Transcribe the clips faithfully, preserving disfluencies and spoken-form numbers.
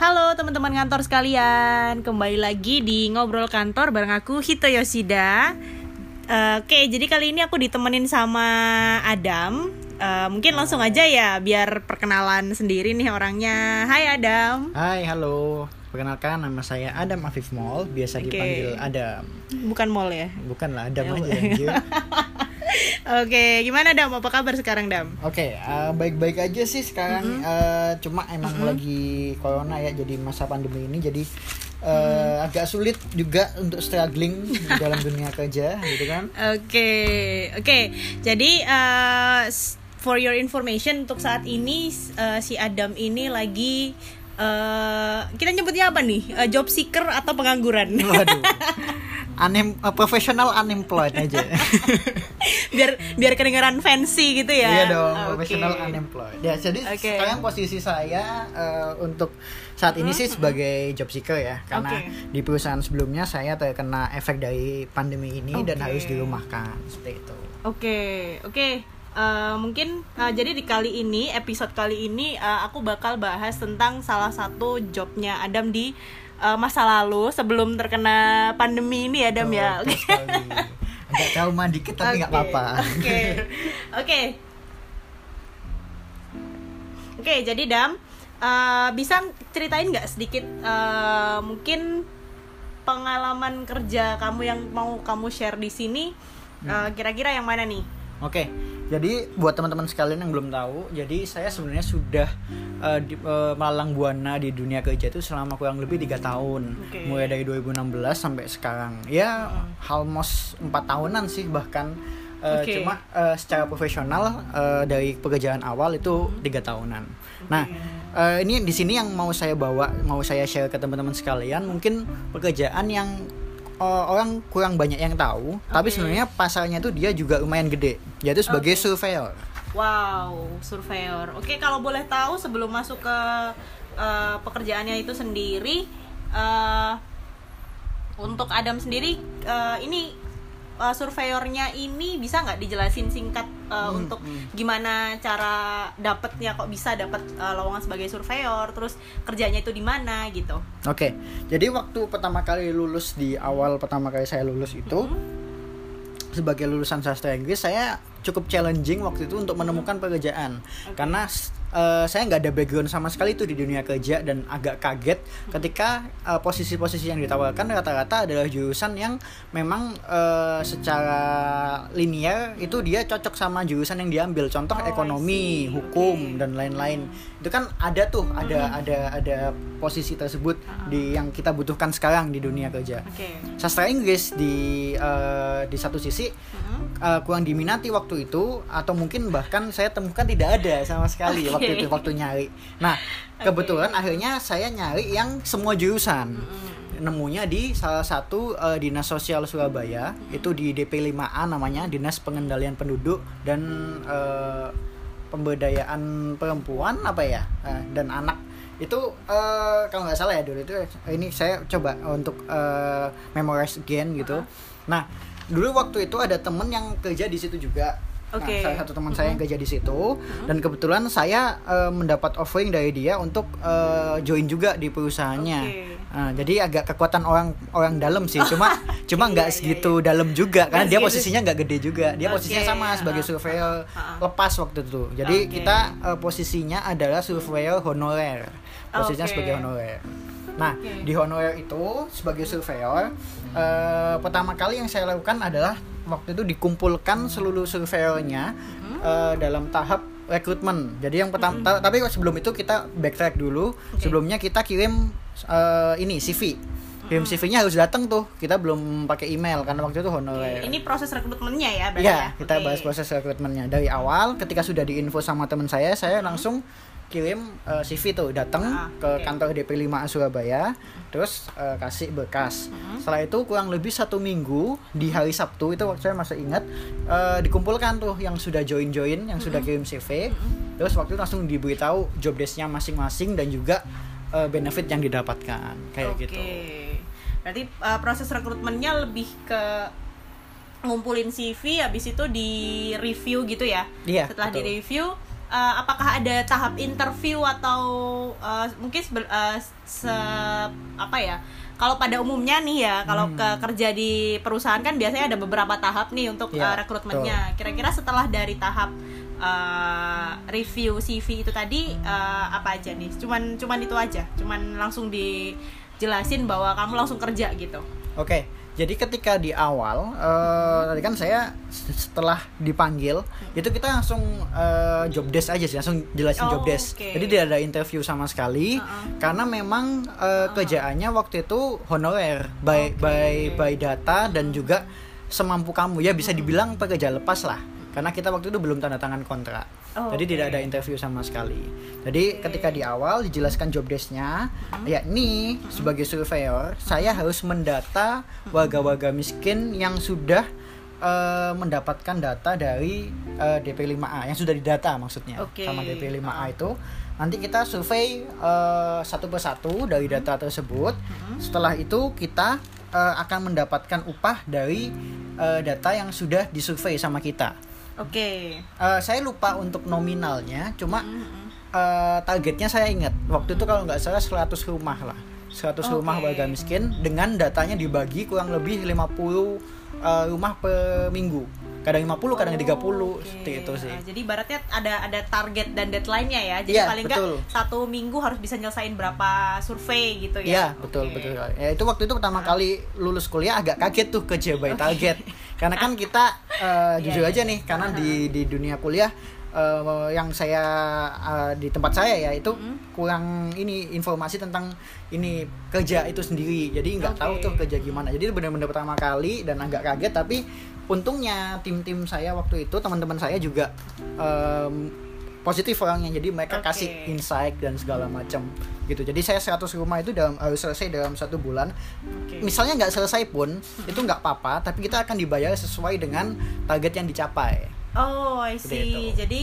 Halo teman-teman kantor sekalian, kembali lagi di Ngobrol Kantor bareng aku Hito Yoshida. uh, Oke, okay, jadi kali ini aku ditemenin sama Adam. uh, Mungkin langsung aja ya, biar perkenalan sendiri nih orangnya. Hai Adam. Hai, halo. Perkenalkan, nama saya Adam Afif Mall, biasa okay. dipanggil Adam. Bukan Mall ya? Bukan lah, Adam ya, aja anjir. Oke, okay, gimana Dam? Apa kabar sekarang Dam? Oke, okay, uh, baik-baik aja sih sekarang. Mm-hmm. uh, Cuma emang mm-hmm. lagi corona ya, jadi masa pandemi ini jadi uh, mm. agak sulit juga untuk struggling di dalam dunia kerja, gitu kan? Oke, okay. oke. Okay. Jadi uh, for your information, untuk saat ini uh, si Adam ini lagi uh, kita nyebutnya apa nih? Uh, job seeker atau pengangguran? Waduh. Unem, uh, professional unemployed aja. biar biar kedengeran fancy gitu ya. Iya dong, okay. Professional unemployed. Ya, jadi okay. sekarang posisi saya uh, untuk saat ini sih sebagai job seeker ya, karena okay. di perusahaan sebelumnya saya terkena efek dari pandemi ini okay. dan harus dirumahkan seperti itu. Oke, okay. oke. Okay. Uh, mungkin uh, jadi di kali ini, episode kali ini uh, aku bakal bahas tentang salah satu jobnya Adam di uh, masa lalu sebelum terkena pandemi ini Adam oh, ya. Agak trauma dikit tapi nggak okay. apa-apa. Oke, oke, oke. Jadi Dam, uh, bisa ceritain nggak sedikit uh, mungkin pengalaman kerja kamu yang mau kamu share di sini? Uh, kira-kira yang mana nih? Oke, jadi buat teman-teman sekalian yang belum tahu, jadi saya sebenarnya sudah uh, di, uh, melalang buana di dunia kerja itu selama kurang lebih tiga tahun, okay. mulai dari dua ribu enam belas sampai sekarang. Ya, hmm. almost empat tahunan sih bahkan. Uh, okay. Cuma uh, secara profesional uh, dari pekerjaan awal itu tiga tahunan. Okay. Nah, uh, ini di sini yang mau saya bawa, mau saya share ke teman-teman sekalian, mungkin pekerjaan yang Uh, orang kurang banyak yang tahu, okay. tapi sebenarnya pasarnya tuh dia juga lumayan gede, yaitu sebagai okay. surveyor. Wow, surveyor. Oke, okay, kalau boleh tahu sebelum masuk ke uh, pekerjaannya itu sendiri, uh, untuk Adam sendiri, uh, ini uh, surveyornya ini bisa nggak dijelasin singkat uh, hmm, untuk hmm. gimana cara dapetnya, kok bisa dapat uh, lowongan sebagai surveyor, terus kerjanya itu di mana gitu? Oke, okay. Jadi waktu pertama kali lulus, di awal pertama kali saya lulus itu mm-hmm. sebagai lulusan sastra Inggris, saya cukup challenging waktu itu untuk menemukan pekerjaan, okay. karena uh, saya nggak ada background sama sekali tuh di dunia kerja dan agak kaget ketika uh, posisi-posisi yang ditawarkan rata-rata adalah jurusan yang memang uh, secara linear itu dia cocok sama jurusan yang diambil, contoh oh, ekonomi, hukum okay. dan lain-lain. Itu kan ada tuh ada hmm. ada ada posisi tersebut uh-huh. di yang kita butuhkan sekarang di dunia kerja. Okay. Sastra Inggris di uh, di satu sisi uh-huh. uh, kurang diminati waktu itu, atau mungkin bahkan saya temukan tidak ada sama sekali okay. waktu itu waktu nyari. Nah, kebetulan okay. akhirnya saya nyari yang semua jurusan. Uh-huh. Nemunya di salah satu uh, dinas sosial Surabaya, uh-huh. itu di D P lima A namanya, Dinas Pengendalian Penduduk dan uh, Pemberdayaan Perempuan apa ya uh, dan Anak itu uh, kalau nggak salah ya dulu itu ini saya coba untuk uh, memorize again gitu. Uh-huh. Nah, dulu waktu itu ada temen yang kerja di situ juga. Okay. Nah, salah satu teman uh-huh. saya yang kerja di situ uh-huh. dan kebetulan saya uh, mendapat offering dari dia untuk uh, join juga di perusahaannya. Okay. Nah, jadi agak kekuatan orang orang dalam sih, cuma cuma nggak iya, segitu iya, iya. dalam juga karena dia posisinya nggak gede juga, dia okay. posisinya sama sebagai surveyor uh-huh. lepas waktu itu. Jadi okay. kita uh, posisinya adalah surveyor honorer, posisinya okay. sebagai honorer. Nah, okay. di honorer itu sebagai surveyor, uh, pertama kali yang saya lakukan adalah waktu itu dikumpulkan seluruh surveyornya mm-hmm. uh, dalam tahap rekrutmen. Jadi yang pertama, mm-hmm. ta- tapi sebelum itu kita backtrack dulu. Okay. Sebelumnya kita kirim uh, ini C V. Kirim C V-nya harus datang tuh. Kita belum pakai email karena waktu itu honorer. Okay. Ini proses rekrutmennya ya berarti ya? Ya, kita okay. bahas proses rekrutmennya dari awal. Ketika sudah diinfo sama teman saya, saya mm-hmm. langsung kirim uh, C V tuh, datang ah, ke okay. kantor D P lima A Surabaya, terus uh, kasih berkas. Uh-huh. Setelah itu kurang lebih satu minggu di hari Sabtu itu waktu saya masih ingat, uh, dikumpulkan tuh yang sudah join-join, yang uh-huh. sudah kirim C V. Uh-huh. Terus waktu itu langsung diberitahu job desk-nya masing-masing dan juga uh, benefit yang didapatkan kayak okay. gitu. Berarti uh, proses rekrutmennya lebih ke ngumpulin C V, habis itu di review gitu ya. Iya, setelah betul. di review uh, apakah ada tahap interview atau uh, mungkin sebe- uh, se apa ya? Kalau pada umumnya nih ya, kalau Hmm. ke kerja di perusahaan kan biasanya ada beberapa tahap nih untuk Ya, uh, rekrutmennya. Kira-kira setelah dari tahap uh, review C V itu tadi uh, apa aja nih? Cuman cuman itu aja, cuman langsung dijelasin bahwa kamu langsung kerja gitu. Oke, jadi ketika di awal uh, tadi kan saya setelah dipanggil Hmm. itu kita langsung uh, job desk aja sih, langsung jelasin Oh, job desk. oke. Jadi tidak ada interview sama sekali Uh-uh. karena memang uh, kerjaannya waktu itu honorer by Oke. by by data dan juga semampu kamu ya, bisa dibilang pekerja lepas lah. Karena kita waktu itu belum tanda tangan kontrak. Oh, Jadi oke. tidak ada interview sama sekali. Jadi Oke. ketika di awal dijelaskan job desk-nya, yakni sebagai surveyor, saya harus mendata warga-warga miskin yang sudah eh, mendapatkan data dari eh, D P lima A, yang sudah didata maksudnya. Oke. Sama D P lima A itu. Nanti kita survei eh, satu persatu dari data tersebut. Setelah itu kita eh, akan mendapatkan upah dari eh, data yang sudah disurvei sama kita. Oke. Eh, saya lupa untuk nominalnya, cuma Mm-mm. eh, targetnya saya ingat waktu itu kalau nggak salah seratus rumah lah, seratus Oke. rumah warga miskin dengan datanya dibagi kurang lebih lima puluh eh, rumah per minggu, kadang lima puluh kadang tiga puluh, Oh, oke. seperti itu sih. Ah, jadi ibaratnya ada ada target dan deadline-nya ya. Jadi Iya, paling nggak betul. satu minggu harus bisa nyelesain berapa survei gitu Iya, ya. betul Oke. betul. Ya itu waktu itu pertama kali lulus kuliah agak kaget tuh kerja by target. Karena kan kita eh, jujur Iya, aja iya. nih, karena di di dunia kuliah eh, yang saya eh, di tempat saya ya itu kurang ini informasi tentang ini kerja itu sendiri. Jadi nggak Oke. tahu tuh kerja gimana. Jadi benar-benar pertama kali dan agak kaget, tapi untungnya tim-tim saya waktu itu, teman-teman saya juga em, positif orangnya, jadi mereka Oke. kasih insight dan segala macam gitu. Jadi saya seratus rumah itu dalam harus selesai dalam satu bulan. Oke. Misalnya nggak selesai pun itu nggak apa-apa, tapi kita akan dibayar sesuai dengan target yang dicapai. Oh, I Seperti see. itu. Jadi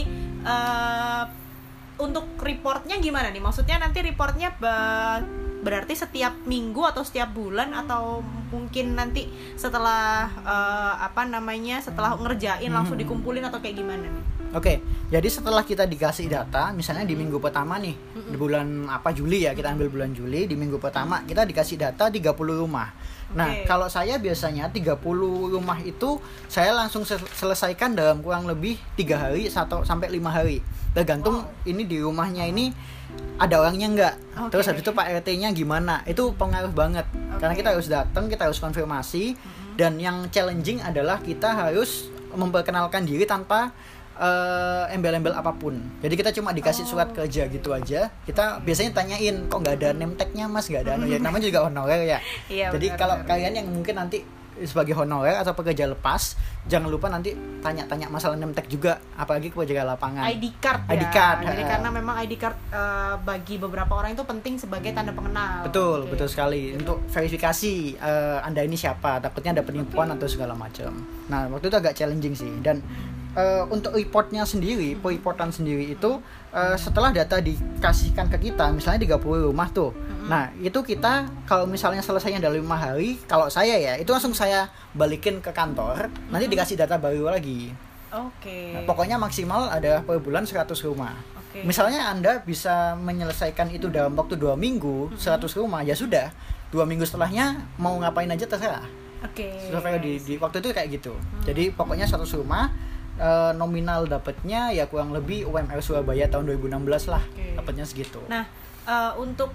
eh, untuk reportnya gimana nih? Maksudnya nanti reportnya ba- berarti setiap minggu atau setiap bulan atau mungkin nanti setelah eh, apa namanya setelah ngerjain langsung Hmm. dikumpulin atau kayak gimana nih? Oke, jadi setelah kita dikasih data, misalnya di minggu pertama nih, di bulan apa Juli ya, kita ambil bulan Juli, di minggu pertama kita dikasih data tiga puluh rumah. Nah, Oke. kalau saya biasanya tiga puluh rumah itu saya langsung sel- selesaikan dalam kurang lebih tiga hari atau sampai lima hari. Tergantung Wow. ini di rumahnya ini ada orangnya enggak. Oke. Terus habis itu Pak R T-nya gimana? Itu pengaruh banget. Karena Oke. kita harus datang, kita harus konfirmasi, dan yang challenging adalah kita harus memperkenalkan diri tanpa eh, embel-embel apapun. Jadi kita cuma dikasih Oh, surat kerja gitu aja. Kita biasanya tanyain, kok nggak ada name tag-nya Mas, nggak ada anu ya. Namanya juga honorer ya. Iya, Jadi benar, kalau benar. kalian yang mungkin nanti sebagai honorer atau pekerja lepas, jangan lupa nanti tanya-tanya masalah name tag juga, apalagi pekerja lapangan. I D card ya. I D card, Jadi ha. karena memang I D card eh, bagi beberapa orang itu penting sebagai tanda pengenal. Betul, Oke. betul sekali. Untuk verifikasi eh, Anda ini siapa, takutnya ada penipuan atau segala macam. Nah, waktu itu agak challenging sih. Dan eh, untuk reportnya sendiri, periportan sendiri itu eh, setelah data dikasihkan ke kita, misalnya tiga puluh rumah tuh. Nah, itu kita kalau misalnya selesainya dalam lima hari, kalau saya ya, itu langsung saya balikin ke kantor, nanti dikasih data baru lagi. Oke. Nah, pokoknya maksimal ada per bulan seratus rumah. Oke. Misalnya Anda bisa menyelesaikan itu dalam waktu dua minggu, seratus rumah, ya sudah. Dua minggu setelahnya mau ngapain aja terserah. Oke. Survei di, di waktu itu kayak gitu. Jadi pokoknya seratus rumah, eh, nominal dapatnya ya kurang lebih U M R Surabaya tahun dua ribu enam belas lah. Oke. Dapatnya segitu. Nah, eh, untuk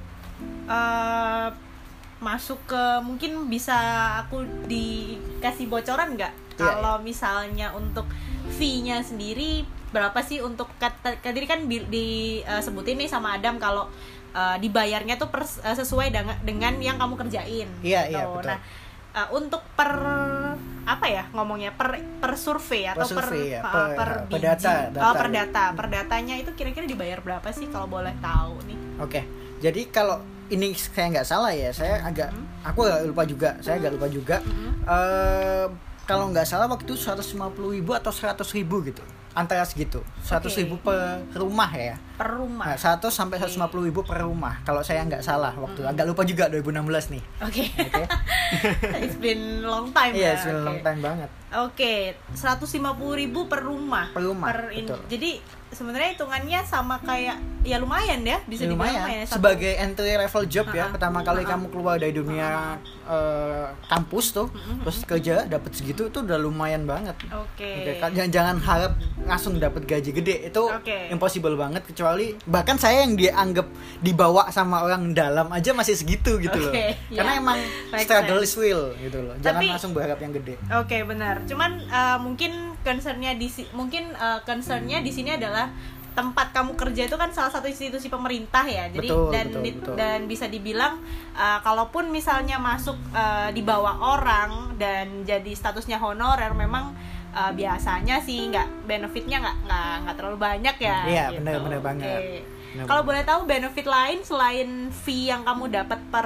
eh, masuk ke mungkin bisa aku dikasih bocoran nggak Iya, kalau misalnya untuk fee-nya sendiri berapa sih untuk kata tadi kan bi- disebutin nih sama Adam kalau eh, dibayarnya tuh per, eh, sesuai dengan dengan yang kamu kerjain. Iya, iya, gitu. betul. Nah, eh, untuk per apa ya ngomongnya per per survei atau per survei ya, eh, per- per, per biji. data, Oh, data. per data, per datanya itu kira-kira dibayar berapa sih kalau boleh tahu nih? Oke. Jadi kalau ini saya nggak salah ya, saya agak aku agak lupa juga, saya agak lupa juga. Eh, kalau nggak salah waktu itu seratus lima puluh ribu atau seratus ribu gitu, antara segitu, seratus ribu per rumah ya. Per rumah. Nah, seratus sampai seratus lima puluh ribu per rumah. Kalau saya nggak salah waktu, agak lupa juga dua ribu enam belas nih. Oke. Oke. It's been long time Iya, ya. sudah Oke. long time banget. Oke, seratus lima puluh ribu per rumah. Per rumah, per ini. betul. Jadi sebenarnya hitungannya sama kayak ya lumayan ya, bisa dibilang lumayan lumayan. Satu- sebagai entry level job ya. Uh-uh. Pertama kali Uh-uh. kamu keluar dari dunia uh, kampus tuh, Uh-uh. terus kerja dapat segitu itu udah lumayan banget. Oke. Oke, kan jangan, jangan harap langsung dapat gaji gede, itu Oke. impossible banget, kecuali bahkan saya yang dianggap dibawa sama orang dalam aja masih segitu gitu loh. Oke, Karena ya. emang Make struggle sense. is real gitu loh. Jangan Tapi- langsung berharap yang gede. Oke, benar. Cuman uh, mungkin concernnya di si- mungkin uh, concernnya di sini adalah tempat kamu kerja itu kan salah satu institusi pemerintah ya. Jadi Betul, dan betul, di- betul. dan bisa dibilang uh, kalaupun misalnya masuk uh, di bawah orang dan jadi statusnya honorer, memang uh, biasanya sih nggak benefitnya nggak nggak nggak terlalu banyak ya. Iya, gitu. benar-benar banget. Oke. Benar Kalau banget. boleh tahu benefit lain selain fee yang kamu dapat per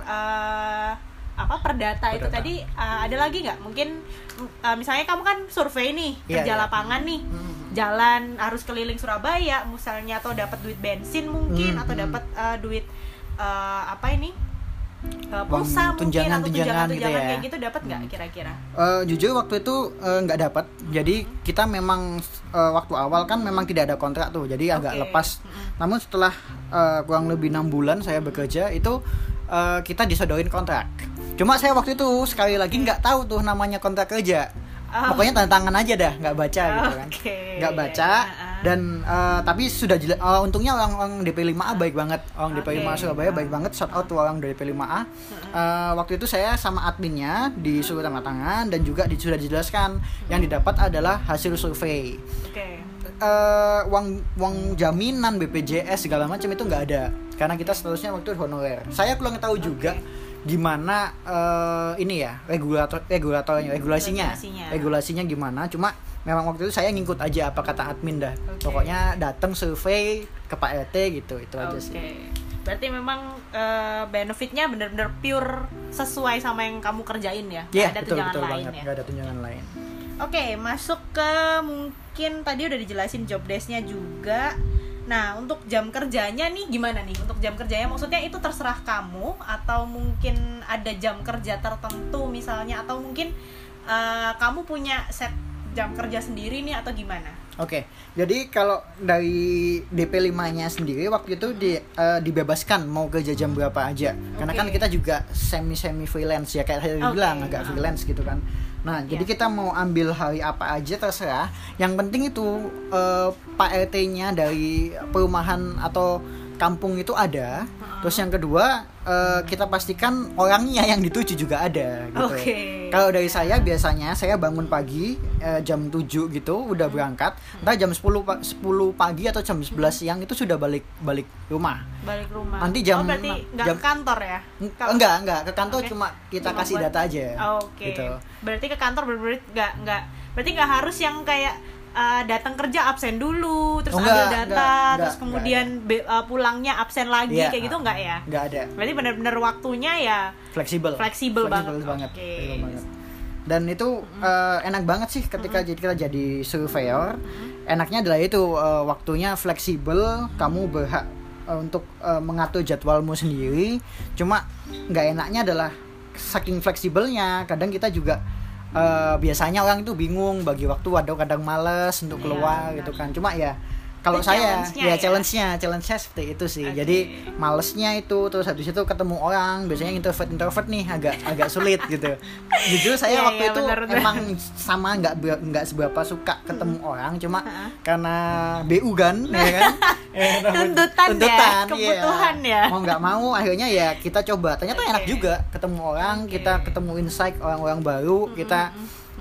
uh, apa per data Per itu data. tadi, uh, ada lagi nggak? Mungkin uh, misalnya kamu kan survei nih, Iya, kerja iya. lapangan nih, Hmm. jalan harus keliling Surabaya misalnya, atau dapat duit bensin mungkin, Hmm, atau hmm. dapat uh, duit uh, apa ini uh, Uang pulsa mungkin, tunjangan- atau tunjangan gitu tunjangan-tunjangan ya. kayak gitu dapat nggak kira-kira? Eh, jujur waktu itu eh, nggak dapat, jadi kita memang eh, waktu awal kan memang tidak ada kontrak tuh, jadi agak Oke. lepas. Mm-mm. Namun setelah eh, kurang lebih enam bulan saya bekerja itu eh, kita disodorin kontrak. Cuma saya waktu itu sekali lagi nggak tahu tuh namanya kontrak kerja. Oh. Pokoknya tanda tangan aja dah, nggak baca gitu kan, Oke. nggak baca. Uh-uh. Dan eh, tapi sudah jelas, eh, untungnya orang-orang D P lima A baik banget, orang D P lima A Oke. Surabaya baik banget, shout out tuh orang D P lima A. Eh, waktu itu saya sama adminnya disuruh tanda tangan dan juga di- sudah dijelaskan yang didapat adalah hasil survei. Oke. Eh, uang uang jaminan B P J S segala macam itu nggak ada karena kita statusnya waktu itu honorer. Saya kurang tahu juga gimana eh, ini ya regulator regulatornya regulasinya Regulasinya. regulasinya gimana. Cuma memang waktu itu saya ngikut aja apa kata admin dah. Oke. Pokoknya datang survei ke Pak R T gitu, itu aja Oke. sih. Berarti memang eh, benefitnya benar-benar pure sesuai sama yang kamu kerjain ya. Nggak Iya, ada betul tunjangan betul lain banget. ya. Nggak ada tunjangan lain. Oke, masuk ke mungkin tadi udah dijelasin job desk-nya juga. Nah, untuk jam kerjanya nih gimana nih? Untuk jam kerjanya maksudnya itu terserah kamu atau mungkin ada jam kerja tertentu misalnya, atau mungkin eh, kamu punya set jam kerja sendiri nih atau gimana? Oke, jadi kalau dari D P lima-nya sendiri waktu itu di, eh, dibebaskan mau kerja jam berapa aja. Karena Oke. kan kita juga semi-semi freelance ya, kayak saya Oke. bilang agak Ah. freelance gitu kan. Nah, jadi Iya. kita mau ambil hari apa aja terserah. Yang penting itu eh, Pak R T-nya dari perumahan atau kampung itu ada. Terus yang kedua, eh, kita pastikan orangnya yang dituju juga ada gitu. Oke. Kalau dari saya biasanya saya bangun pagi eh, jam tujuh gitu udah berangkat. Entah jam sepuluh pa- sepuluh pagi atau jam sebelas siang itu sudah balik balik rumah. Balik rumah. Nanti jam- Oh, berarti nggak jam- ke kantor ya? Eng- Kalau- Enggak, enggak, ke kantor Oke. cuma kita Cuma kasih buat- data aja. Oke. Gitu. Berarti ke kantor bener-bener nggak nggak berarti nggak harus yang kayak uh, datang kerja absen dulu terus Oh, ambil enggak, data enggak, terus enggak, kemudian be- uh, pulangnya absen lagi Iya. kayak gitu nggak ya? Enggak ada. Berarti bener-bener waktunya ya Fleksibel. fleksibel banget. banget. Oke. Fleksibel banget. Dan itu eh, enak banget sih ketika jadi kita jadi surveyor. Enaknya adalah itu eh, waktunya fleksibel, kamu berhak eh, untuk eh, mengatur jadwalmu sendiri. Cuma nggak enaknya adalah saking fleksibelnya, kadang kita juga eh, biasanya orang itu bingung bagi waktu, ada kadang males untuk Iya, keluar benar. gitu kan. Cuma ya kalau Itu saya challenge-nya ya ya? challenge-nya, challenge-nya seperti itu sih. Oke. Jadi malesnya itu, terus habis itu ketemu orang, biasanya introvert introvert nih agak agak sulit gitu. Jujur saya Iya, waktu iya, itu benar, benar. emang sama nggak ber- nggak seberapa suka ketemu orang, cuma Hah? karena B U kan, ya kan. Eh, Tuntutan ya, kebutuhan iya. ya. Mau nggak mau akhirnya ya kita coba. Ternyata Oke. enak juga ketemu orang, Oke. kita ketemu insight orang-orang baru, kita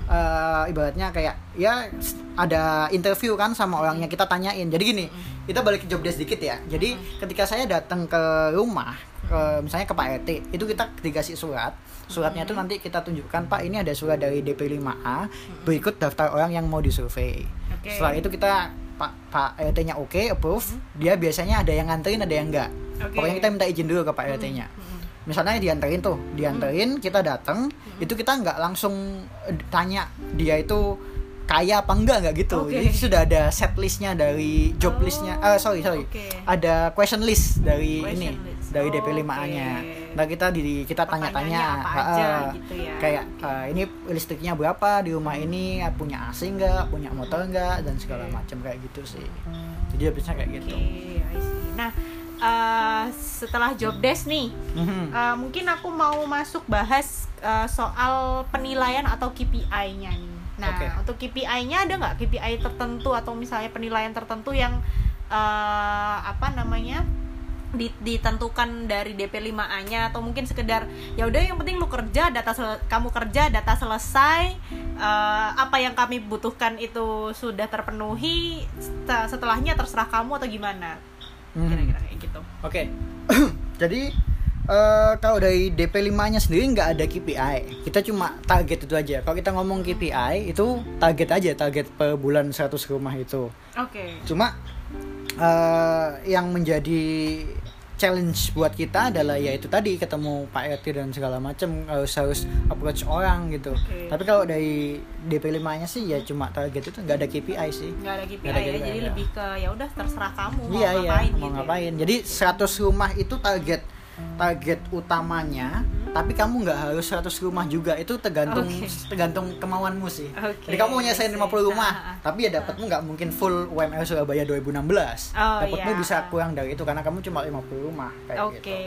eh, ibaratnya kayak ya s- ada interview kan sama orangnya, kita tanyain. Jadi gini, kita balik ke job desk dikit ya. Jadi ketika saya datang ke rumah, ke, misalnya ke Pak R T, itu kita dikasih surat. Suratnya itu nanti kita tunjukkan, Pak ini ada surat dari D P lima A, berikut daftar orang yang mau disurvei. Oke. Setelah itu kita Pak Pak R T-nya oke, approve, dia biasanya ada yang nganterin, ada yang enggak. Oke. Pokoknya kita minta izin dulu ke Pak R T-nya. Misalnya dianterin tuh, dianterin, kita datang, itu kita nggak langsung eh, tanya dia itu kaya apa enggak, nggak gitu. Oke. Jadi sudah ada set listnya dari job Oh, listnya, eh sorry sorry, oke. ada question list dari Question ini, list. dari D P Oke. lima A-nya. Nah kita di kita tanya-tanya apa aja uh, gitu ya. Kayak uh, ini listriknya berapa di rumah ini, punya A C nggak, punya motor nggak, dan segala macam kayak gitu sih. Jadi habisnya kayak gitu. Oke, I see. Nah, uh, setelah job desk nih, Mm-hmm. uh, mungkin aku mau masuk bahas uh, soal penilaian atau K P I-nya nih. Nah, Oke. untuk K P I-nya ada nggak K P I tertentu atau misalnya penilaian tertentu yang uh, apa namanya ditentukan dari D P lima A-nya, atau mungkin sekedar ya udah yang penting lu kerja, data sel- kamu kerja, data selesai, uh, apa yang kami butuhkan itu sudah terpenuhi, set- setelahnya terserah kamu atau gimana? Mhm. Kira-kira kayak gitu. Oke. Jadi uh, kalau dari D P lima-nya sendiri nggak ada K P I. Kita cuma target itu aja. Kalau kita ngomong K P I itu target aja, target per bulan seratus rumah itu. Oke. Cuma uh, yang menjadi challenge buat kita adalah ya itu tadi, ketemu Pak R T dan segala macam, harus harus approach orang gitu. Oke. Tapi kalau dari D P lima-nya sih ya cuma target itu, nggak ada K P I sih. Nggak ada K P I, Nggak ada ya, K P I, jadi ya. lebih ke ya udah terserah kamu mau Iya iya, ngapain mau gitu. ngapain. Jadi seratus rumah itu target target utamanya, tapi kamu nggak harus seratus rumah juga, itu tergantung Oke. tergantung kemauanmu sih. Oke, Jadi kamu mau nyelesain I see. lima puluh rumah, Ah, ah, tapi ya dapatmu nggak mungkin full U M R Surabaya dua ribu enam belas. Oh, Dapatmu iya. bisa kurang dari itu karena kamu cuma lima puluh rumah kayak Oke. gitu.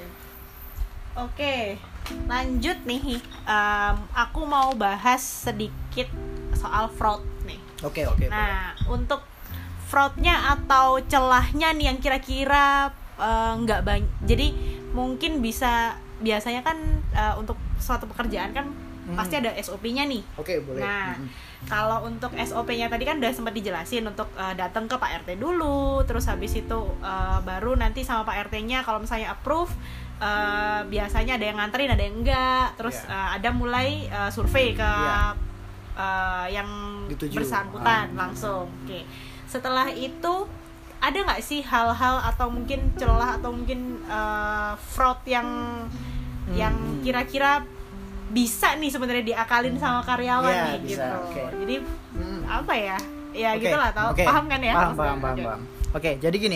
Oke. Lanjut nih. Um, aku mau bahas sedikit soal fraud nih. Oke oke. Nah, untuk fraudnya atau celahnya nih yang kira-kira uh, nggak banyak. Jadi mungkin bisa, biasanya kan uh, untuk suatu pekerjaan kan Hmm. pasti ada S O P-nya nih. Oke boleh. Nah, Mm-mm. kalau untuk S O P-nya tadi kan udah sempat dijelasin untuk uh, datang ke Pak R T dulu, terus habis itu uh, baru nanti sama Pak R T-nya kalau misalnya approve, uh, biasanya ada yang nganterin, ada yang enggak, terus Yeah. uh, ada mulai uh, survei ke Yeah. uh, yang Dituju. bersangkutan Ah. langsung. Oke. Setelah itu ada nggak sih hal-hal atau mungkin celah atau mungkin uh, fraud yang Hmm. yang kira-kira bisa nih sebenarnya diakalin sama karyawan Ya, nih bisa, gitu. oke. Jadi Hmm. apa ya? Ya Oke, gitulah, tahu oke. paham kan ya? Paham, maksudnya? paham, paham, Oke. paham. Oke, jadi gini,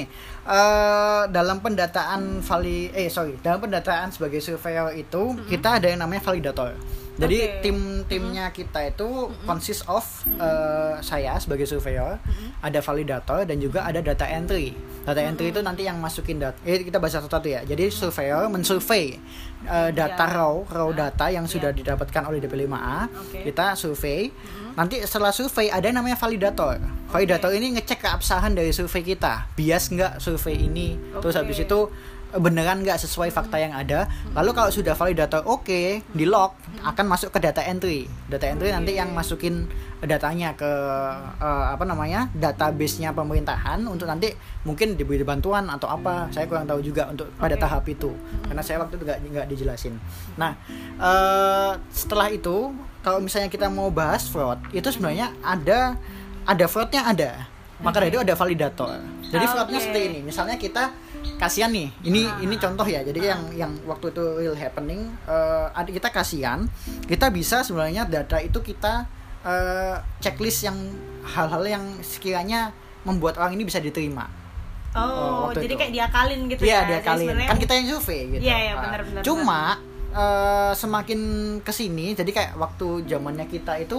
eh dalam pendataan vali, eh sorry, dalam pendataan sebagai surveyor itu Mm-hmm. kita ada yang namanya validator. Jadi Oke. tim-timnya kita itu consist of eh, saya sebagai surveyor, ada validator dan juga ada data entry. Data entry itu nanti yang masukin data. Eh kita bahas satu-satu ya. Jadi surveyor mensurvey eh, data Ya. raw, raw data yang Ya. sudah didapatkan oleh D P lima A. Oke. Kita survei. Nanti setelah survei ada yang namanya validator. Validator ini ngecek keabsahan dari survei kita. Bias nggak survei ini. Terus Oke. habis itu eh, beneran nggak sesuai fakta yang ada. Lalu kalau sudah validator oke, di log akan masuk ke data entry. Data entry Oke. nanti yang masukin datanya ke eh, apa namanya? Database-nya pemerintahan untuk nanti mungkin diberi bantuan atau apa. Saya kurang tahu juga untuk pada Oke. tahap itu. Karena saya waktu itu nggak nggak dijelasin. Nah, eh, setelah itu kalau misalnya kita mau bahas fraud, itu sebenarnya ada ada fraudnya ada. Maka dari itu ada validator. Jadi fraudnya Oke. seperti ini. Misalnya kita kasihan nih, ini Ah. ini contoh ya. Jadi yang yang waktu itu real happening, eh, ada kita kasihan, kita bisa sebenarnya data itu kita eh, checklist yang hal-hal yang sekiranya membuat orang ini bisa diterima. Oh, Oh, waktu jadi itu. kayak diakalin gitu Iya, ya. dia Jadi kali. sebenarnya Kan kita yang survei gitu. Iya, iya, Nah, benar-benar. Cuma eh, semakin kesini, jadi kayak waktu zamannya kita itu,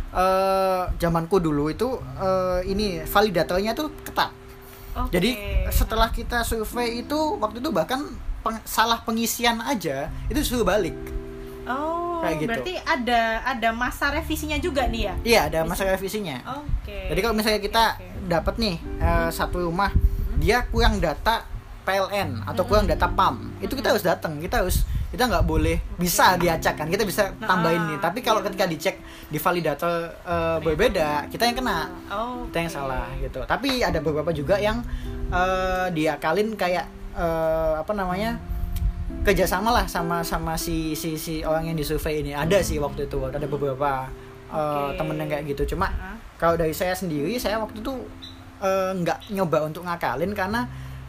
eh, zamanku dulu itu eh, ini validatornya tuh ketat. Oke. Jadi setelah kita survei itu waktu itu bahkan peng- salah pengisian aja itu suruh balik. Oh, kayak gitu. berarti ada ada masa revisinya juga nih ya? Iya, ada masa revisinya. Oke. Jadi kalau misalnya kita Oke, oke. dapat nih eh, satu rumah, dia kurang data P L N atau kurang data P A M, itu kita harus datang, kita harus kita nggak boleh bisa diacak kan, kita bisa tambahin nih. Tapi kalau iya, ketika dicek di validator eh, berbeda, kita yang kena, Oh, kita yang oke. salah gitu. Tapi ada beberapa juga yang eh, diakalin kayak eh, apa namanya, kerjasama lah sama sama si si si orang yang disurvei ini. Ada sih waktu itu, ada beberapa eh, Oke. temen yang kayak gitu. Cuma Uh-huh. kalau dari saya sendiri, saya waktu itu eh, nggak nyoba untuk ngakalin karena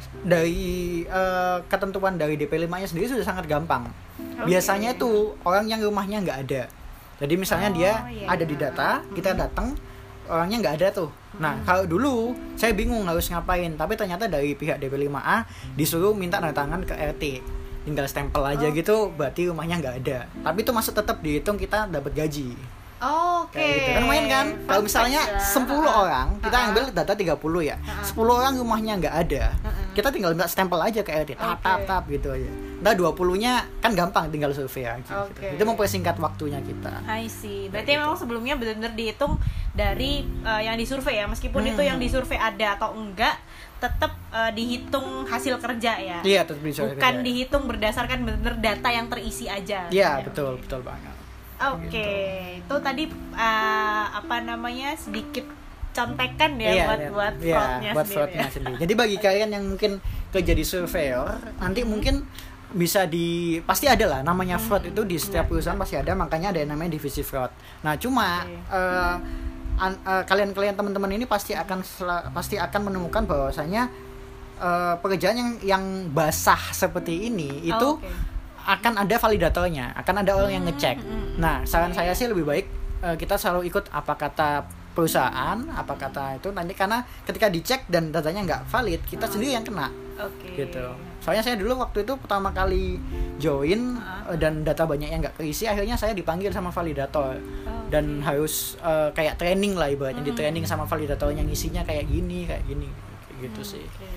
dari eh, ketentuan dari D P lima-nya sendiri sudah sangat gampang. Oke. Biasanya tuh orang yang rumahnya nggak ada. Jadi misalnya Oh, dia iya. ada di data, kita datang, orangnya nggak ada tuh. Nah, kalau dulu saya bingung harus ngapain, tapi ternyata dari pihak D P lima A disuruh minta tanda tangan ke R T. tinggal stempel aja Okay. gitu, berarti rumahnya nggak ada. Tapi itu masuk tetap dihitung kita dapat gaji. Oke. Kayak gitu kan lumayan kan? Fun Kalau fact misalnya ya. sepuluh Ha-ha. orang, kita Ha-ha. ambil data tiga puluh ya. Ha-ha. sepuluh orang rumahnya nggak ada. Ha-ha. Kita tinggal minta stempel aja kayak di tap Oke. tap tap gitu aja. Nah, dua puluh-nya kan gampang tinggal survei aja gitu. Oke. Itu mempersingkat waktunya kita. I see. Berarti Kayak memang gitu. sebelumnya benar-benar dihitung dari uh, yang disurvei ya, meskipun Hmm. itu yang disurvei ada atau enggak, tetap uh, dihitung hasil kerja ya. Iya, tetap bisa. Bukan dihitung berdasarkan benar-benar data yang terisi aja. Iya, Ya, betul, oke. betul banget. Oke, itu tadi uh, apa namanya sedikit contekan ya Iya, buat iya. buat Iya, fraudnya buat sendiri. fraudnya sendiri. Jadi bagi kalian yang mungkin kerja di surveyor, nanti mungkin bisa di pasti ada lah namanya fraud itu di setiap Iya. perusahaan pasti ada, makanya ada yang namanya divisi fraud. Nah, cuma Oke. eh, an- eh, kalian-kalian teman-teman ini pasti akan sel- pasti akan menemukan bahwasanya eh, pekerjaan yang yang basah seperti ini itu Oh, oke. akan ada validatornya, akan ada orang yang ngecek. Hmm, hmm, Nah, saran Oke. saya sih lebih baik eh, kita selalu ikut apa kata perusahaan, apa kata itu nanti, karena ketika dicek dan datanya nggak valid, kita Oh. sendiri yang kena. Oke. Gitu. Soalnya saya dulu waktu itu pertama kali join Ah. eh, dan data banyak yang nggak keisi, akhirnya saya dipanggil sama validator Oke. dan harus eh, kayak training lah ibaratnya, di Hmm. training sama validatornya ngisinya kayak gini, kayak gini, kayak gitu Hmm, sih. Oke.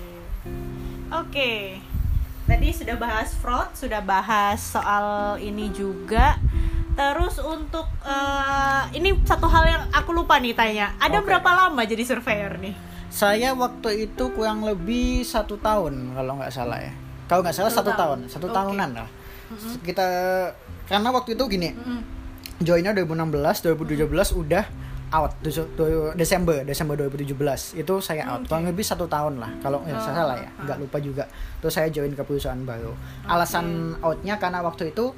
Oke. Tadi sudah bahas fraud, sudah bahas soal ini juga. Terus untuk eh, ini satu hal yang aku lupa nih tanya. Ada Oke. berapa lama jadi surveyor nih? Saya waktu itu kurang lebih satu tahun kalau nggak salah ya. Kalau nggak salah Satu satu tahun, tahun. satu Oke. tahunan lah. Kita karena waktu itu gini, Mm-mm. joinnya dua ribu enam belas, dua ribu tujuh belas udah out, Du- du- Desember, Desember dua ribu tujuh belas itu saya out. Oke. Kurang lebih satu tahun lah, kalau nggak Oh, salah ya, ah. nggak lupa juga. Terus saya join ke perusahaan baru. Alasan outnya karena waktu itu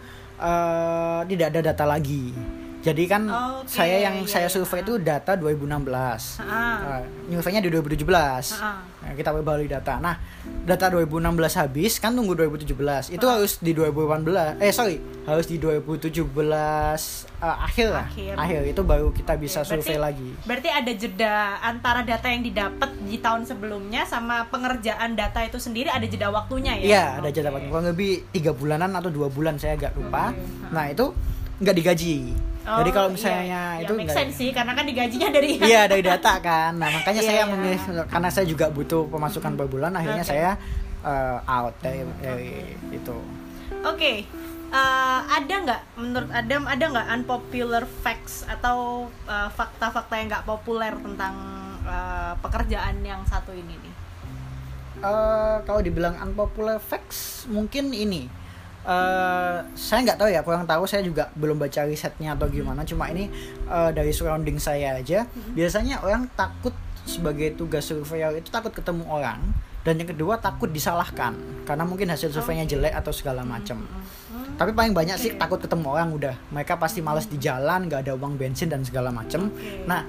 eh, tidak ada data lagi. Jadi kan Oke, saya yang iya, saya iya. survei itu data dua ribu enam belas. Ah. Uh, Surveinya di dua ribu tujuh belas. Ah. Nah, kita perbarui data. Nah, data dua ribu enam belas habis kan tunggu dua ribu tujuh belas. Itu Ah. harus di dua ribu delapan belas. Eh sorry, harus di dua ribu tujuh belas uh, akhir lah. Akhir. Akhir itu baru kita bisa Oke, survei berarti- lagi. Berarti ada jeda antara data yang didapat di tahun sebelumnya sama pengerjaan data itu sendiri, ada jeda waktunya ya? Iya, ada Oke. jeda waktu kurang lebih tiga bulanan atau dua bulan, saya agak lupa. Oke. Nah, itu nggak digaji. Oh, Jadi kalau iya. misalnya Ya, itu make nggak- sense sih, karena kan digajinya dari Iya, dari data kan. Nah, makanya Iya, saya iya. memilih, karena saya juga butuh pemasukan per bulan, akhirnya Oke. saya uh, out dari, dari itu. Oke, eh, ada nggak menurut Adam ada nggak unpopular facts atau eh, fakta-fakta yang nggak populer tentang eh, pekerjaan yang satu ini nih? Eh, kalau dibilang unpopular facts mungkin ini eh saya nggak tahu ya, kurang tahu, saya juga belum baca risetnya atau gimana, cuma ini eh, dari surrounding saya aja. Biasanya orang takut sebagai tugas surveyor itu takut ketemu orang, dan yang kedua takut disalahkan karena mungkin hasil surveinya Oke. jelek atau segala macam. Hmm, Tapi paling banyak sih Oke. takut ketemu orang udah. Mereka pasti malas di jalan, nggak ada uang bensin dan segala macam. Oke. Nah,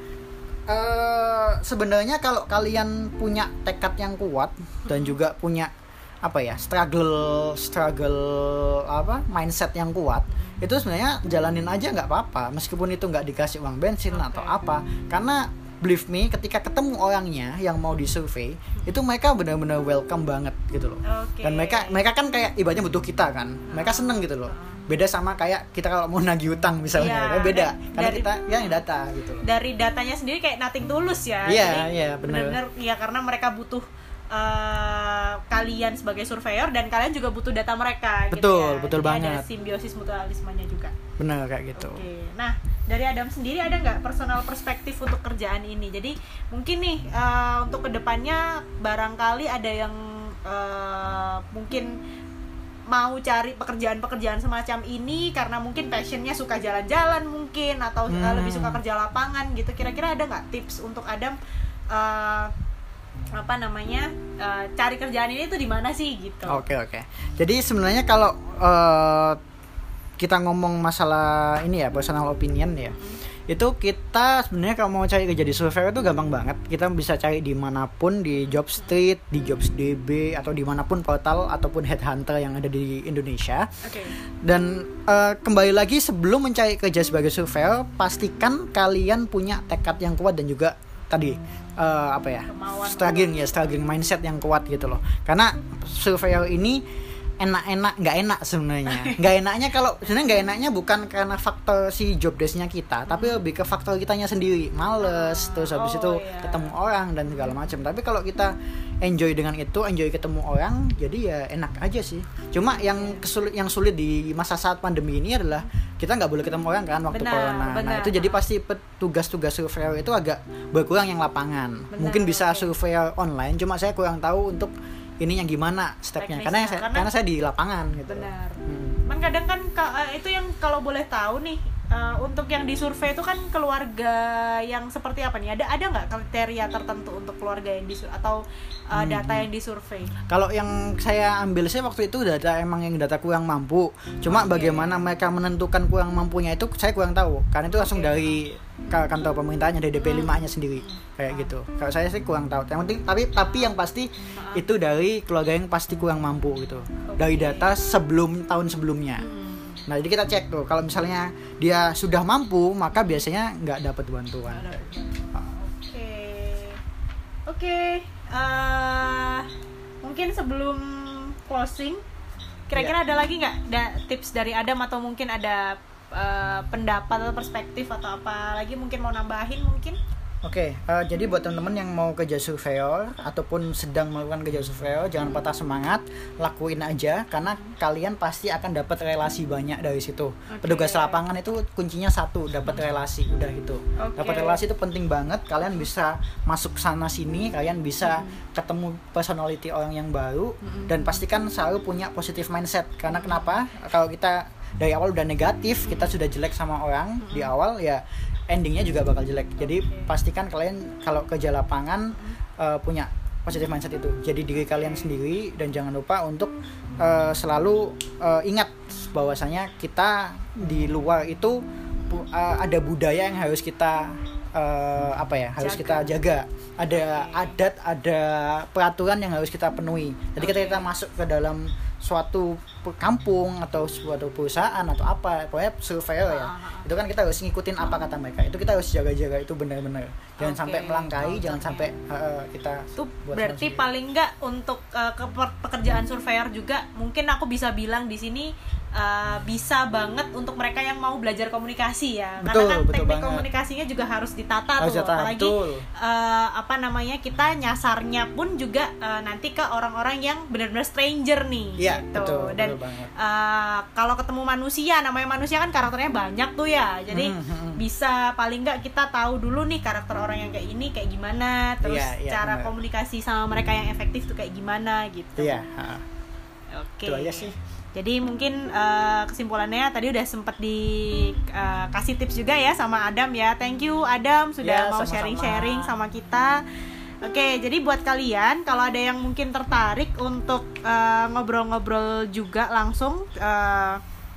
eh sebenarnya kalau kalian punya tekad yang kuat dan juga punya apa ya, struggle struggle apa mindset yang kuat, itu sebenarnya jalanin aja nggak apa-apa, meskipun itu nggak dikasih uang bensin Oke. atau apa. Karena believe me, ketika ketemu orangnya yang mau disurvey, itu mereka benar-benar welcome banget gitu loh. Oke. Dan mereka mereka kan kayak ibaratnya butuh kita kan, mereka seneng gitu loh. Beda sama kayak kita kalau mau nagih utang misalnya, Iya, kan beda. dan Karena dari- kita ya yang data gitu loh. Dari datanya sendiri kayak nothing tulus ya. Iya, Jadi iya, benar. benar-benar ya, karena mereka butuh eh, kalian sebagai surveyor dan kalian juga butuh data mereka. gitu Betul, ya. betul Jadi banget. Ada simbiosis mutualismenya juga. Bener kayak gitu. Oke, nah dari Adam sendiri ada nggak personal perspektif untuk kerjaan ini? Jadi mungkin nih eh, untuk kedepannya barangkali ada yang eh, mungkin mau cari pekerjaan-pekerjaan semacam ini karena mungkin passionnya suka jalan-jalan mungkin, atau eh, Hmm. lebih suka kerja lapangan gitu. Kira-kira ada nggak tips untuk Adam eh, apa namanya eh, cari kerjaan ini tuh di mana sih gitu? Oke oke. Jadi sebenarnya kalau eh, kita ngomong masalah ini ya, personal opinion ya, itu kita sebenarnya kalau mau cari kerja di surveyor itu gampang banget. Kita bisa cari dimanapun, di Jobstreet, di Jobsdb, atau dimanapun portal ataupun headhunter yang ada di Indonesia. Oke. Dan eh, kembali lagi, sebelum mencari kerja sebagai surveyor, pastikan kalian punya tekad yang kuat dan juga tadi eh, apa ya, Kemauan. struggling ya, struggling mindset yang kuat gitu loh. Karena surveyor ini enak-enak nggak enak sebenarnya. Nggak enaknya kalau sebenarnya nggak enaknya bukan karena faktor si job desk-nya kita, tapi lebih ke faktor kitanya sendiri, males, terus habis Oh, itu iya. ketemu orang dan segala macam. Tapi kalau kita enjoy dengan itu, enjoy ketemu orang, jadi ya enak aja sih. Cuma yang kesulit, yang sulit di masa saat pandemi ini adalah kita nggak boleh ketemu orang kan waktu Benar, corona. Nah benar. itu jadi pasti tugas-tugas surveyor itu agak berkurang yang lapangan. Benar, Mungkin bisa oke. surveyor online, cuma saya kurang tahu untuk ini yang gimana stepnya. Karena, Teknisnya, saya, karena- karena saya di lapangan gitu. Benar. Hmm. Kan kadang kan ka- eh, itu yang kalau boleh tahu nih, eh, untuk yang disurvei itu kan keluarga yang seperti apa nih? Ada ada nggak kriteria tertentu untuk keluarga yang disurvei atau eh, data yang disurvei? Kalau yang saya ambil sih waktu itu data emang yang data kurang mampu. Cuma Oke. bagaimana mereka menentukan kurang mampunya itu saya kurang tahu. Karena itu langsung Oke. dari ka- kantor pemerintahnya, dari D P Hmm. lima-nya sendiri kayak gitu. Kalau saya sih kurang tahu. Yang penting tapi tapi yang pasti Ah. itu dari keluarga yang pasti kurang mampu gitu. Dari Oke. data sebelum tahun sebelumnya. Hmm. Nah jadi kita cek tuh kalau misalnya dia sudah mampu maka biasanya nggak dapat bantuan. Oke, oke. eh, mungkin sebelum closing, kira-kira ada lagi nggak da- tips dari Adam atau mungkin ada eh, pendapat atau perspektif atau apa lagi mungkin mau nambahin mungkin? Oke, eh, jadi buat teman-teman yang mau kerja surveyor ataupun sedang melakukan kerja surveyor, jangan patah semangat, lakuin aja karena kalian pasti akan dapat relasi banyak dari situ. Oke. Petugas lapangan itu kuncinya satu, dapat relasi, udah gitu. Oke. Dapat relasi itu penting banget. Kalian bisa masuk sana sini, kalian bisa ketemu personality orang yang baru dan pastikan selalu punya positive mindset. Karena kenapa? Kalau kita dari awal udah negatif, kita sudah jelek sama orang di awal ya endingnya juga bakal jelek. Jadi Oke. pastikan kalian kalau kerja lapangan uh, punya positive mindset itu. Jadi diri kalian sendiri dan jangan lupa untuk uh, selalu uh, ingat bahwasanya kita di luar itu pu- uh, ada budaya yang harus kita uh, apa ya harus Jaga. kita jaga. Ada Oke. adat, ada peraturan yang harus kita penuhi. Jadi ketika Oke. kita masuk ke dalam suatu pe- kampung atau suatu perusahaan atau apa, pokoknya surveyor ya. Ah, ah, ah. Itu kan kita harus ngikutin apa kata mereka. Itu kita harus jaga-jaga itu benar-benar. Jangan Oke, sampai melangkahi, oke. jangan sampai uh, kita Itu buat berarti sendiri. paling nggak untuk uh, ke per- pekerjaan surveyor juga mungkin aku bisa bilang di sini uh, bisa banget untuk mereka yang mau belajar komunikasi ya. Betul, Karena kan betul teknik banget. komunikasinya juga harus ditata Harus tuh. ditata, Apalagi betul. uh, apa namanya kita nyasarnya pun juga uh, nanti ke orang-orang yang benar-benar stranger nih. Iya, gitu. betul, Dan betul banget. uh, kalau ketemu manusia, namanya manusia kan karakternya banyak tuh ya. Jadi Hmm, hmm, hmm. bisa paling nggak kita tahu dulu nih karakter orang yang kayak ini kayak gimana, terus Iya, iya, cara benar. komunikasi sama mereka yang efektif tuh kayak gimana gitu. Iya, ha. Oke. Itu aja sih. Jadi mungkin uh, kesimpulannya tadi udah sempet dikasih tips juga ya sama Adam ya. Thank you Adam sudah Ya, mau sama-sama. sharing-sharing sama kita. Oke, jadi buat kalian kalau ada yang mungkin tertarik untuk uh, ngobrol-ngobrol juga langsung uh,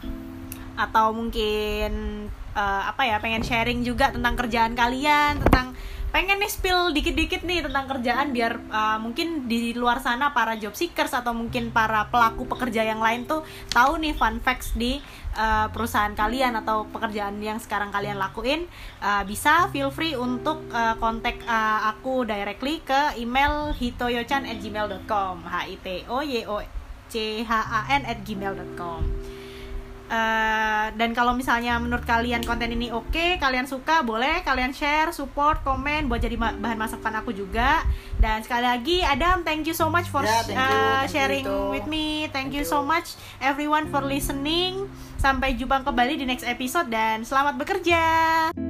atau mungkin uh, apa ya pengen sharing juga tentang kerjaan kalian, tentang pengen nih spill dikit-dikit nih tentang kerjaan biar uh, mungkin di luar sana para job seekers atau mungkin para pelaku pekerja yang lain tuh tahu nih fun facts di uh, perusahaan kalian atau pekerjaan yang sekarang kalian lakuin, uh, bisa feel free untuk uh, kontak uh, aku directly ke email hitoyochan at gmail dot com h i t o y o c h a n at gmail dot com. Uh, dan kalau misalnya menurut kalian konten ini oke, kalian suka, boleh kalian share, support, komen buat jadi ma- bahan masukan aku juga. Dan sekali lagi Adam, thank you so much for Ya, thank you, uh, thank you, sharing Ito. with me. Thank, Thank you you. so much everyone for listening. Sampai jumpa kembali di next episode dan selamat bekerja.